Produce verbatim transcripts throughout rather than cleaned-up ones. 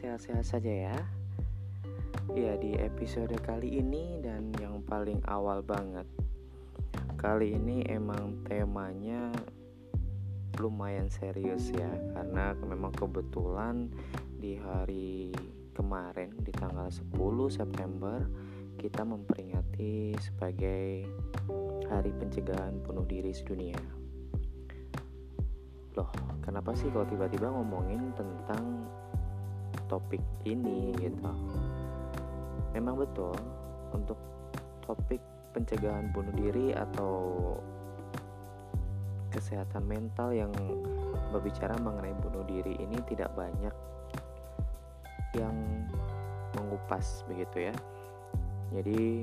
sehat-sehat saja ya. Ya, di episode kali ini dan yang paling awal banget, kali ini emang temanya lumayan serius ya, karena memang kebetulan di hari kemarin di tanggal sepuluh September kita memperingati sebagai Hari Pencegahan Bunuh Diri Sedunia. Loh, kenapa sih kalau tiba-tiba ngomongin tentang topik ini gitu? Memang betul, untuk topik pencegahan bunuh diri atau kesehatan mental yang berbicara mengenai bunuh diri ini tidak banyak yang mengupas begitu ya. Jadi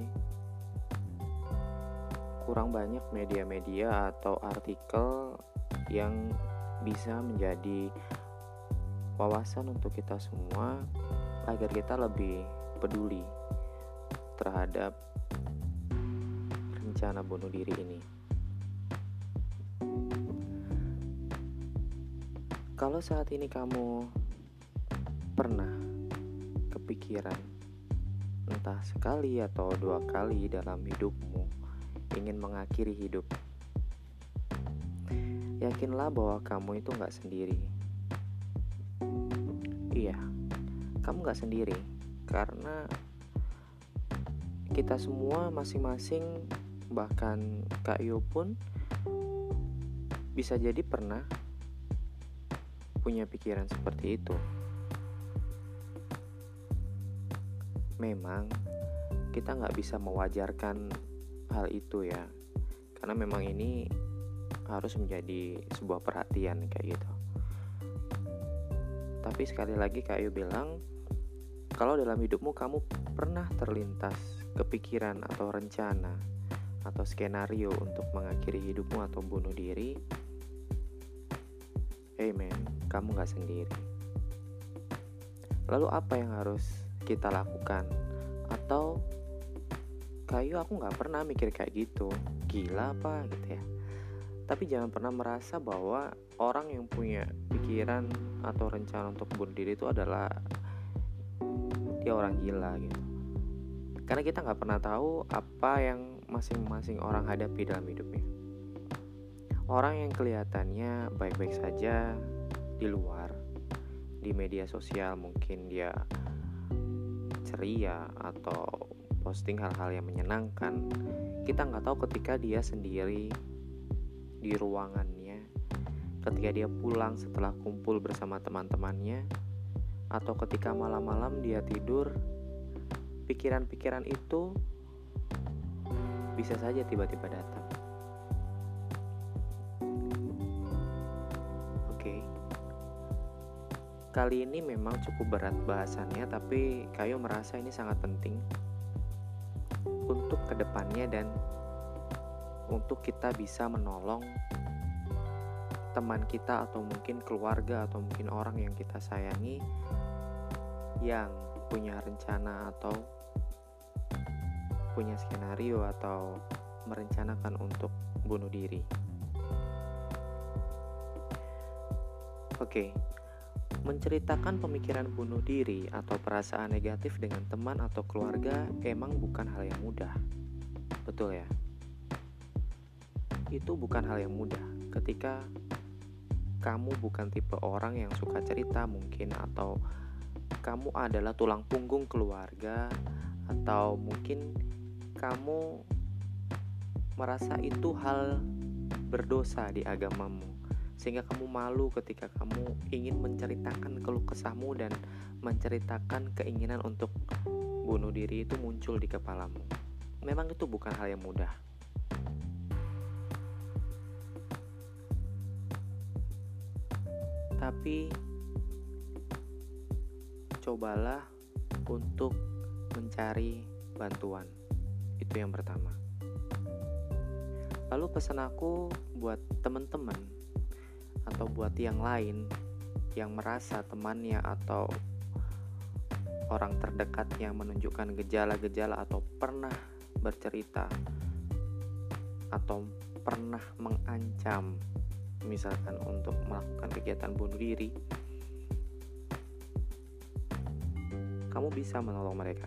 kurang banyak media-media atau artikel yang bisa menjadi wawasan untuk kita semua agar kita lebih peduli terhadap rencana bunuh diri ini. Kalau saat ini kamu pernah kepikiran entah sekali atau dua kali dalam hidupmu ingin mengakhiri hidup, yakinlah bahwa kamu itu gak sendiri. Iya, kamu gak sendiri, karena kita semua masing-masing, bahkan Kak Yo pun bisa jadi pernah punya pikiran seperti itu. Memang kita gak bisa mewajarkan hal itu ya, karena memang ini harus menjadi sebuah perhatian kayak gitu. Tapi sekali lagi Kak Yo bilang, kalau dalam hidupmu kamu pernah terlintas kepikiran atau rencana atau skenario untuk mengakhiri hidupmu atau bunuh diri, hey man, kamu gak sendiri. Lalu apa yang harus kita lakukan? Atau kayu aku gak pernah mikir kayak gitu, gila apa gitu ya. Tapi jangan pernah merasa bahwa orang yang punya pikiran atau rencana untuk bunuh diri itu adalah dia orang gila gitu. Karena kita gak pernah tahu apa yang masing-masing orang hadapi dalam hidupnya. Orang yang kelihatannya baik-baik saja di luar, di media sosial mungkin dia ceria atau posting hal-hal yang menyenangkan, kita gak tahu ketika dia sendiri di ruangannya, ketika dia pulang setelah kumpul bersama teman-temannya, atau ketika malam-malam dia tidur, pikiran-pikiran itu bisa saja tiba-tiba datang. Oke, kali ini memang cukup berat bahasannya, tapi Kayo merasa ini sangat penting untuk kedepannya dan untuk kita bisa menolong teman kita atau mungkin keluarga atau mungkin orang yang kita sayangi yang punya rencana atau punya skenario atau merencanakan untuk bunuh diri. Oke, menceritakan pemikiran bunuh diri atau perasaan negatif dengan teman atau keluarga emang bukan hal yang mudah. Betul ya? Itu bukan hal yang mudah ketika kamu bukan tipe orang yang suka cerita mungkin, atau kamu adalah tulang punggung keluarga, atau mungkin kamu merasa itu hal berdosa di agamamu, sehingga kamu malu ketika kamu ingin menceritakan keluh kesahmu dan menceritakan keinginan untuk bunuh diri itu muncul di kepalamu. Memang itu bukan hal yang mudah. Tapi cobalah untuk mencari bantuan. Itu yang pertama. Lalu pesan aku buat teman-teman atau buat yang lain yang merasa temannya atau orang terdekatnya menunjukkan gejala-gejala atau pernah bercerita atau pernah mengancam misalkan untuk melakukan kegiatan bunuh diri, kamu bisa menolong mereka.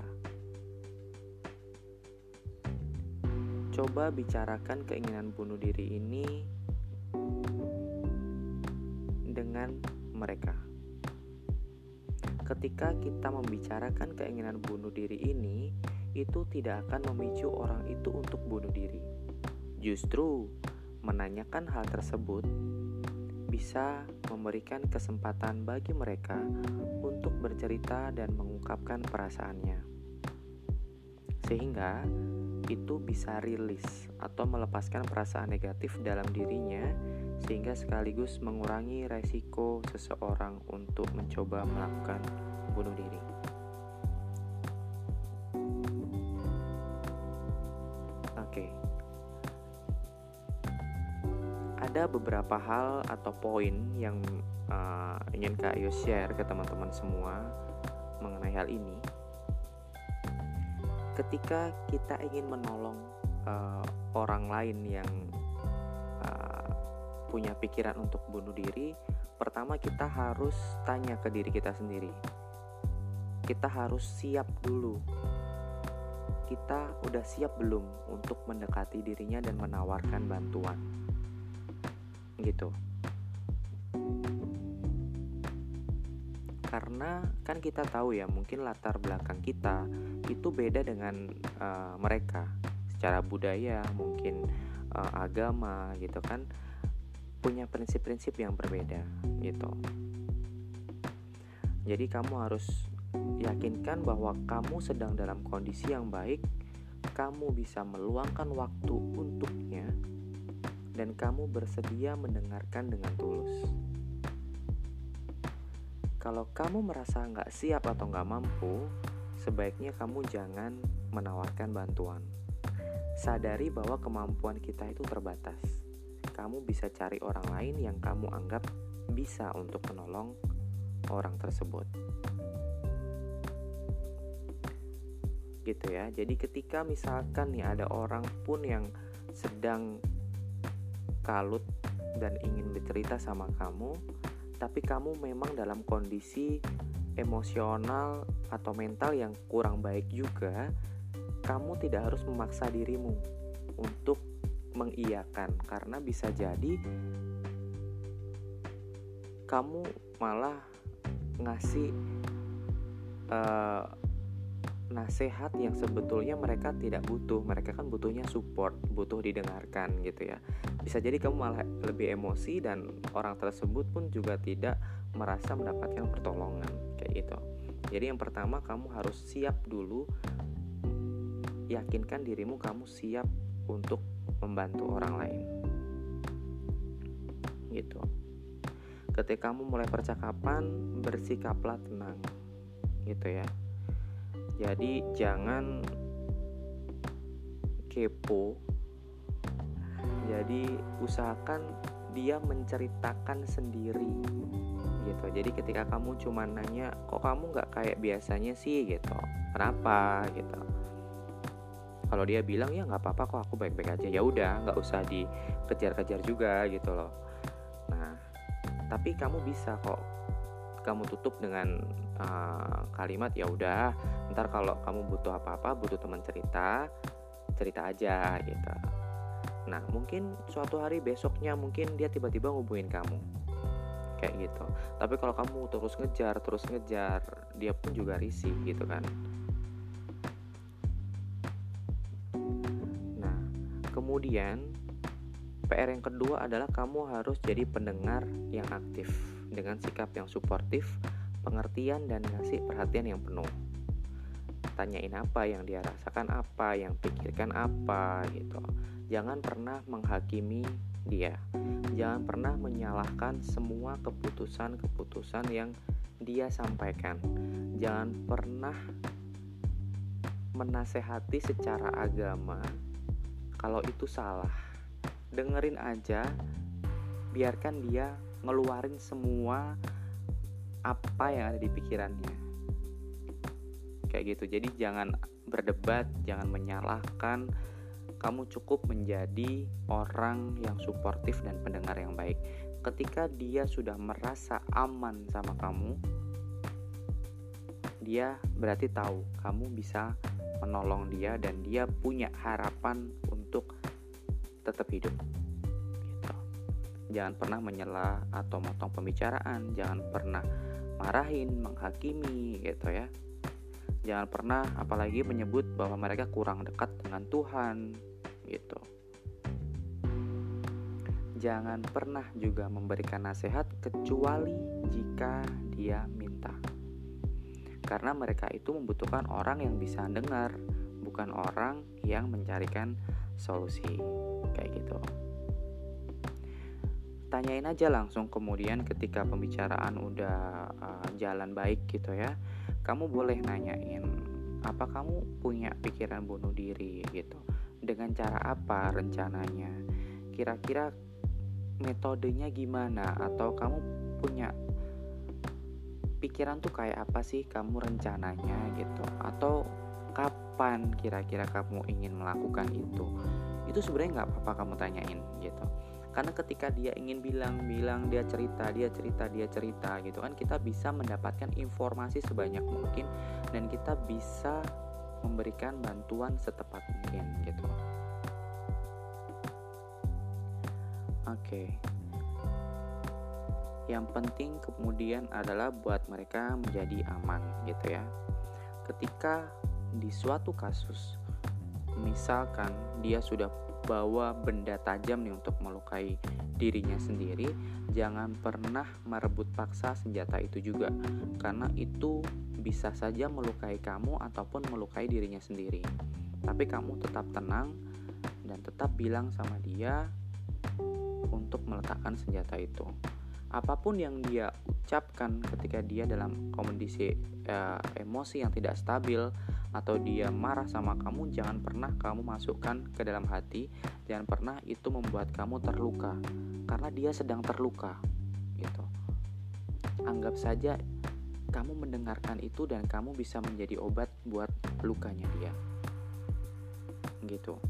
Coba bicarakan keinginan bunuh diri ini dengan mereka. Ketika kita membicarakan keinginan bunuh diri ini, itu tidak akan memicu orang itu untuk bunuh diri. Justru menanyakan hal tersebut bisa memberikan kesempatan bagi mereka untuk bercerita dan mengungkapkan perasaannya, sehingga itu bisa rilis atau melepaskan perasaan negatif dalam dirinya, sehingga sekaligus mengurangi resiko seseorang untuk mencoba melakukan bunuh diri. Oke, ada beberapa hal atau poin yang uh, ingin Kak Ayu share ke teman-teman semua mengenai hal ini. Ketika kita ingin menolong uh, orang lain yang uh, punya pikiran untuk bunuh diri, pertama kita harus tanya ke diri kita sendiri. Kita harus siap dulu. Kita udah siap belum untuk mendekati dirinya dan menawarkan bantuan? Gitu. Karena kan kita tahu ya, mungkin latar belakang kita itu beda dengan uh, mereka secara budaya, mungkin uh, agama gitu kan, punya prinsip-prinsip yang berbeda gitu. Jadi kamu harus yakinkan bahwa kamu sedang dalam kondisi yang baik, kamu bisa meluangkan waktu untuknya, dan kamu bersedia mendengarkan dengan tulus. Kalau kamu merasa nggak siap atau nggak mampu, sebaiknya kamu jangan menawarkan bantuan. Sadari bahwa kemampuan kita itu terbatas. Kamu bisa cari orang lain yang kamu anggap bisa untuk menolong orang tersebut. Gitu ya. Jadi ketika misalkan nih ada orang pun yang sedang kalut dan ingin bercerita sama kamu, tapi kamu memang dalam kondisi emosional atau mental yang kurang baik juga, kamu tidak harus memaksa dirimu untuk mengiyakan, karena bisa jadi kamu malah ngasih uh, nasihat yang sebetulnya mereka tidak butuh. Mereka kan butuhnya support, butuh didengarkan gitu ya. Bisa jadi kamu malah lebih emosi dan orang tersebut pun juga tidak merasa mendapatkan pertolongan kayak gitu. Jadi yang pertama, kamu harus siap dulu, yakinkan dirimu kamu siap untuk membantu orang lain gitu. Ketika kamu mulai percakapan, bersikaplah tenang gitu ya. Jadi jangan kepo. Jadi usahakan dia menceritakan sendiri gitu. Jadi ketika kamu cuma nanya, kok kamu nggak kayak biasanya sih gitu, kenapa gitu. Kalau dia bilang ya nggak apa-apa kok, aku baik-baik aja, ya udah, nggak usah dikejar-kejar juga gitu loh. Nah, tapi kamu bisa kok kamu tutup dengan uh, kalimat ya udah, ntar kalau kamu butuh apa-apa, butuh teman cerita, cerita aja gitu. Nah, mungkin suatu hari besoknya mungkin dia tiba-tiba ngubungin kamu kayak gitu. Tapi kalau kamu terus ngejar, terus ngejar, dia pun juga risih gitu kan. Nah, kemudian P R yang kedua adalah kamu harus jadi pendengar yang aktif dengan sikap yang suportif, pengertian, dan ngasih perhatian yang penuh. Tanyain apa yang dia rasakan, apa yang pikirkan, apa gitu. Jangan pernah menghakimi dia. Jangan pernah menyalahkan semua keputusan-keputusan yang dia sampaikan. Jangan pernah menasehati secara agama kalau itu salah. Dengerin aja, biarkan dia ngeluarin semua apa yang ada di pikirannya kayak gitu. Jadi jangan berdebat, jangan menyalahkan. Kamu cukup menjadi orang yang suportif dan pendengar yang baik. Ketika dia sudah merasa aman sama kamu, dia berarti tahu kamu bisa menolong dia dan dia punya harapan untuk tetap hidup gitu. Jangan pernah menyela atau motong pembicaraan, jangan pernah marahin, menghakimi gitu ya. Jangan pernah apalagi menyebut bahwa mereka kurang dekat dengan Tuhan gitu. Jangan pernah juga memberikan nasihat kecuali jika dia minta. Karena mereka itu membutuhkan orang yang bisa dengar, bukan orang yang mencarikan solusi. Kayak gitu. Tanyain aja langsung kemudian ketika pembicaraan udah uh, jalan baik gitu ya. Kamu boleh nanyain, apa kamu punya pikiran bunuh diri gitu? Dengan cara apa rencananya? Kira-kira metodenya gimana? Atau kamu punya pikiran tuh kayak apa sih kamu rencananya gitu? Atau kapan kira-kira kamu ingin melakukan itu? Itu sebenarnya nggak apa-apa kamu tanyain gitu. Karena ketika dia ingin bilang-bilang, dia cerita, dia cerita, dia cerita gitu kan, kita bisa mendapatkan informasi sebanyak mungkin dan kita bisa memberikan bantuan setepat mungkin gitu. Oke. Yang penting kemudian adalah buat mereka menjadi aman gitu ya. Ketika di suatu kasus, misalkan dia sudah bawa benda tajam nih untuk melukai dirinya sendiri, jangan pernah merebut paksa senjata itu juga, karena itu bisa saja melukai kamu ataupun melukai dirinya sendiri. Tapi kamu tetap tenang dan tetap bilang sama dia untuk meletakkan senjata itu. Apapun yang dia ucapkan ketika dia dalam kondisi uh, emosi yang tidak stabil atau dia marah sama kamu, jangan pernah kamu masukkan ke dalam hati, jangan pernah itu membuat kamu terluka, karena dia sedang terluka gitu. Anggap saja kamu mendengarkan itu dan kamu bisa menjadi obat buat lukanya dia gitu.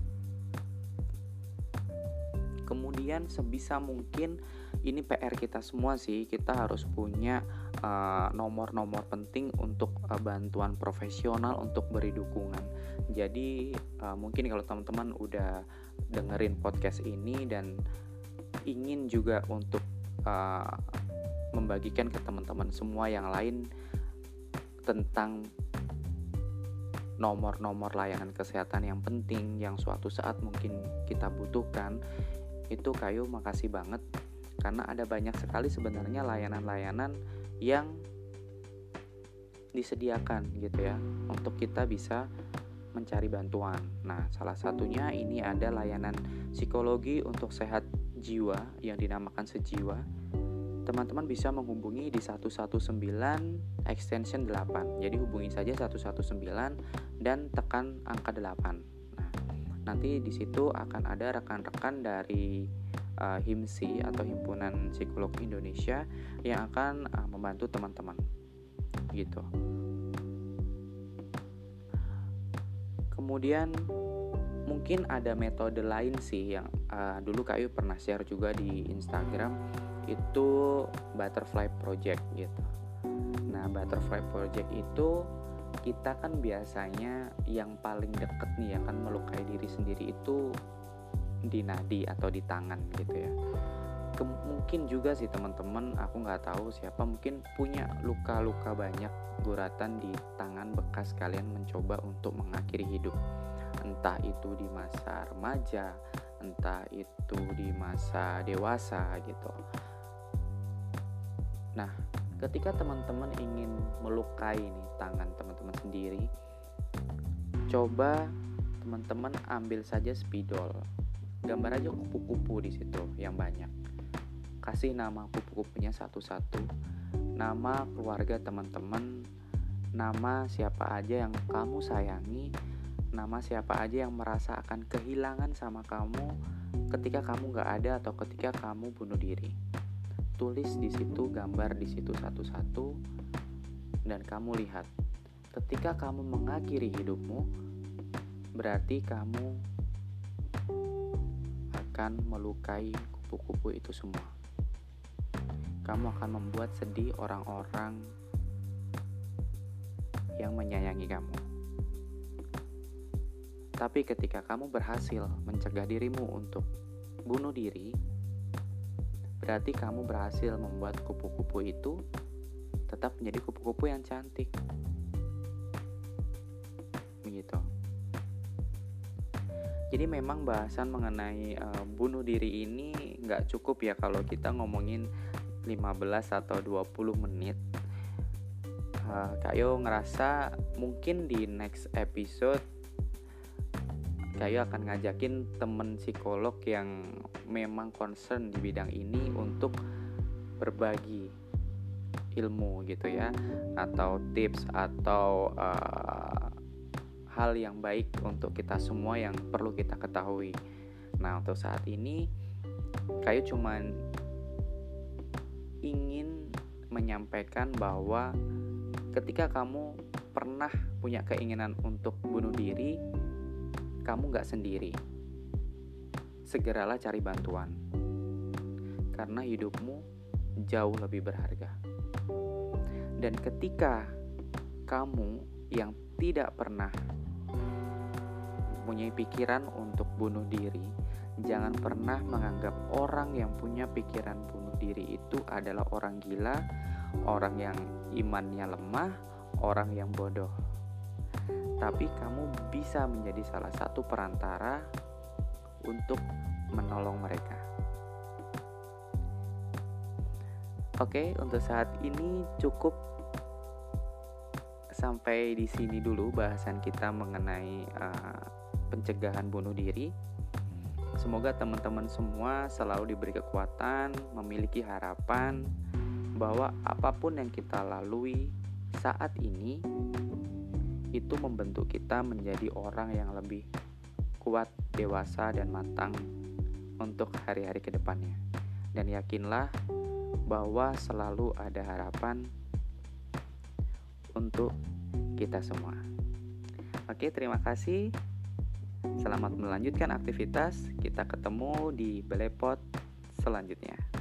Kemudian sebisa mungkin ini P R kita semua sih, kita harus punya uh, nomor-nomor penting untuk uh, bantuan profesional untuk beri dukungan. Jadi uh, mungkin kalau teman-teman udah dengerin podcast ini dan ingin juga untuk uh, membagikan ke teman-teman semua yang lain tentang nomor-nomor layanan kesehatan yang penting yang suatu saat mungkin kita butuhkan, itu Kayu makasih banget, karena ada banyak sekali sebenarnya layanan-layanan yang disediakan gitu ya untuk kita bisa mencari bantuan. Nah, salah satunya ini ada layanan psikologi untuk sehat jiwa yang dinamakan Sejiwa. Teman-teman bisa menghubungi di satu satu sembilan extension delapan. Jadi hubungi saja satu satu sembilan dan tekan angka delapan. Nanti di situ akan ada rekan-rekan dari uh, H I M S I atau Himpunan Psikolog Indonesia yang akan uh, membantu teman-teman gitu. Kemudian mungkin ada metode lain sih yang uh, dulu Kak Ayu pernah share juga di Instagram, itu Butterfly Project gitu. Nah, Butterfly Project itu kita kan biasanya yang paling deket nih ya kan melukai diri sendiri itu di nadi atau di tangan gitu ya. Ke- mungkin juga sih teman-teman, aku nggak tahu siapa mungkin punya luka-luka banyak, guratan di tangan bekas kalian mencoba untuk mengakhiri hidup, entah itu di masa remaja, entah itu di masa dewasa gitu. Nah, ketika teman-teman ingin melukai nih tangan teman-teman sendiri, coba teman-teman ambil saja spidol, gambar aja kupu-kupu di situ yang banyak, kasih nama kupu-kupunya satu-satu, nama keluarga teman-teman, nama siapa aja yang kamu sayangi, nama siapa aja yang merasa akan kehilangan sama kamu ketika kamu nggak ada atau ketika kamu bunuh diri. Tulis di situ, gambar di situ satu-satu, dan kamu lihat, ketika kamu mengakhiri hidupmu, berarti kamu akan melukai kupu-kupu itu semua. Kamu akan membuat sedih orang-orang yang menyayangi kamu. Tapi ketika kamu berhasil mencegah dirimu untuk bunuh diri, berarti kamu berhasil membuat kupu-kupu itu tetap menjadi kupu-kupu yang cantik. Begitu. Jadi memang bahasan mengenai uh, bunuh diri ini nggak cukup ya kalau kita ngomongin lima belas atau dua puluh menit. uh, Kak Yo ngerasa mungkin di next episode Kak Yo akan ngajakin temen psikolog yang memang concern di bidang ini untuk berbagi ilmu gitu ya, atau tips atau uh, hal yang baik untuk kita semua yang perlu kita ketahui. Nah, untuk saat ini Kayu cuman ingin menyampaikan bahwa ketika kamu pernah punya keinginan untuk bunuh diri, kamu gak sendiri. Segeralah cari bantuan, karena hidupmu jauh lebih berharga. Dan ketika kamu yang tidak pernah mempunyai pikiran untuk bunuh diri, jangan pernah menganggap orang yang punya pikiran bunuh diri itu adalah orang gila, orang yang imannya lemah, orang yang bodoh. Tapi kamu bisa menjadi salah satu perantara untuk menolong mereka. Oke, untuk saat ini cukup sampai di sini dulu bahasan kita mengenai uh, pencegahan bunuh diri. Semoga teman-teman semua selalu diberi kekuatan, memiliki harapan bahwa apapun yang kita lalui saat ini itu membentuk kita menjadi orang yang lebih kuat, dewasa, dan matang untuk hari-hari ke depannya. Dan yakinlah bahwa selalu ada harapan untuk kita semua. Oke, terima kasih. Selamat melanjutkan aktivitas. Kita ketemu di Belepot selanjutnya.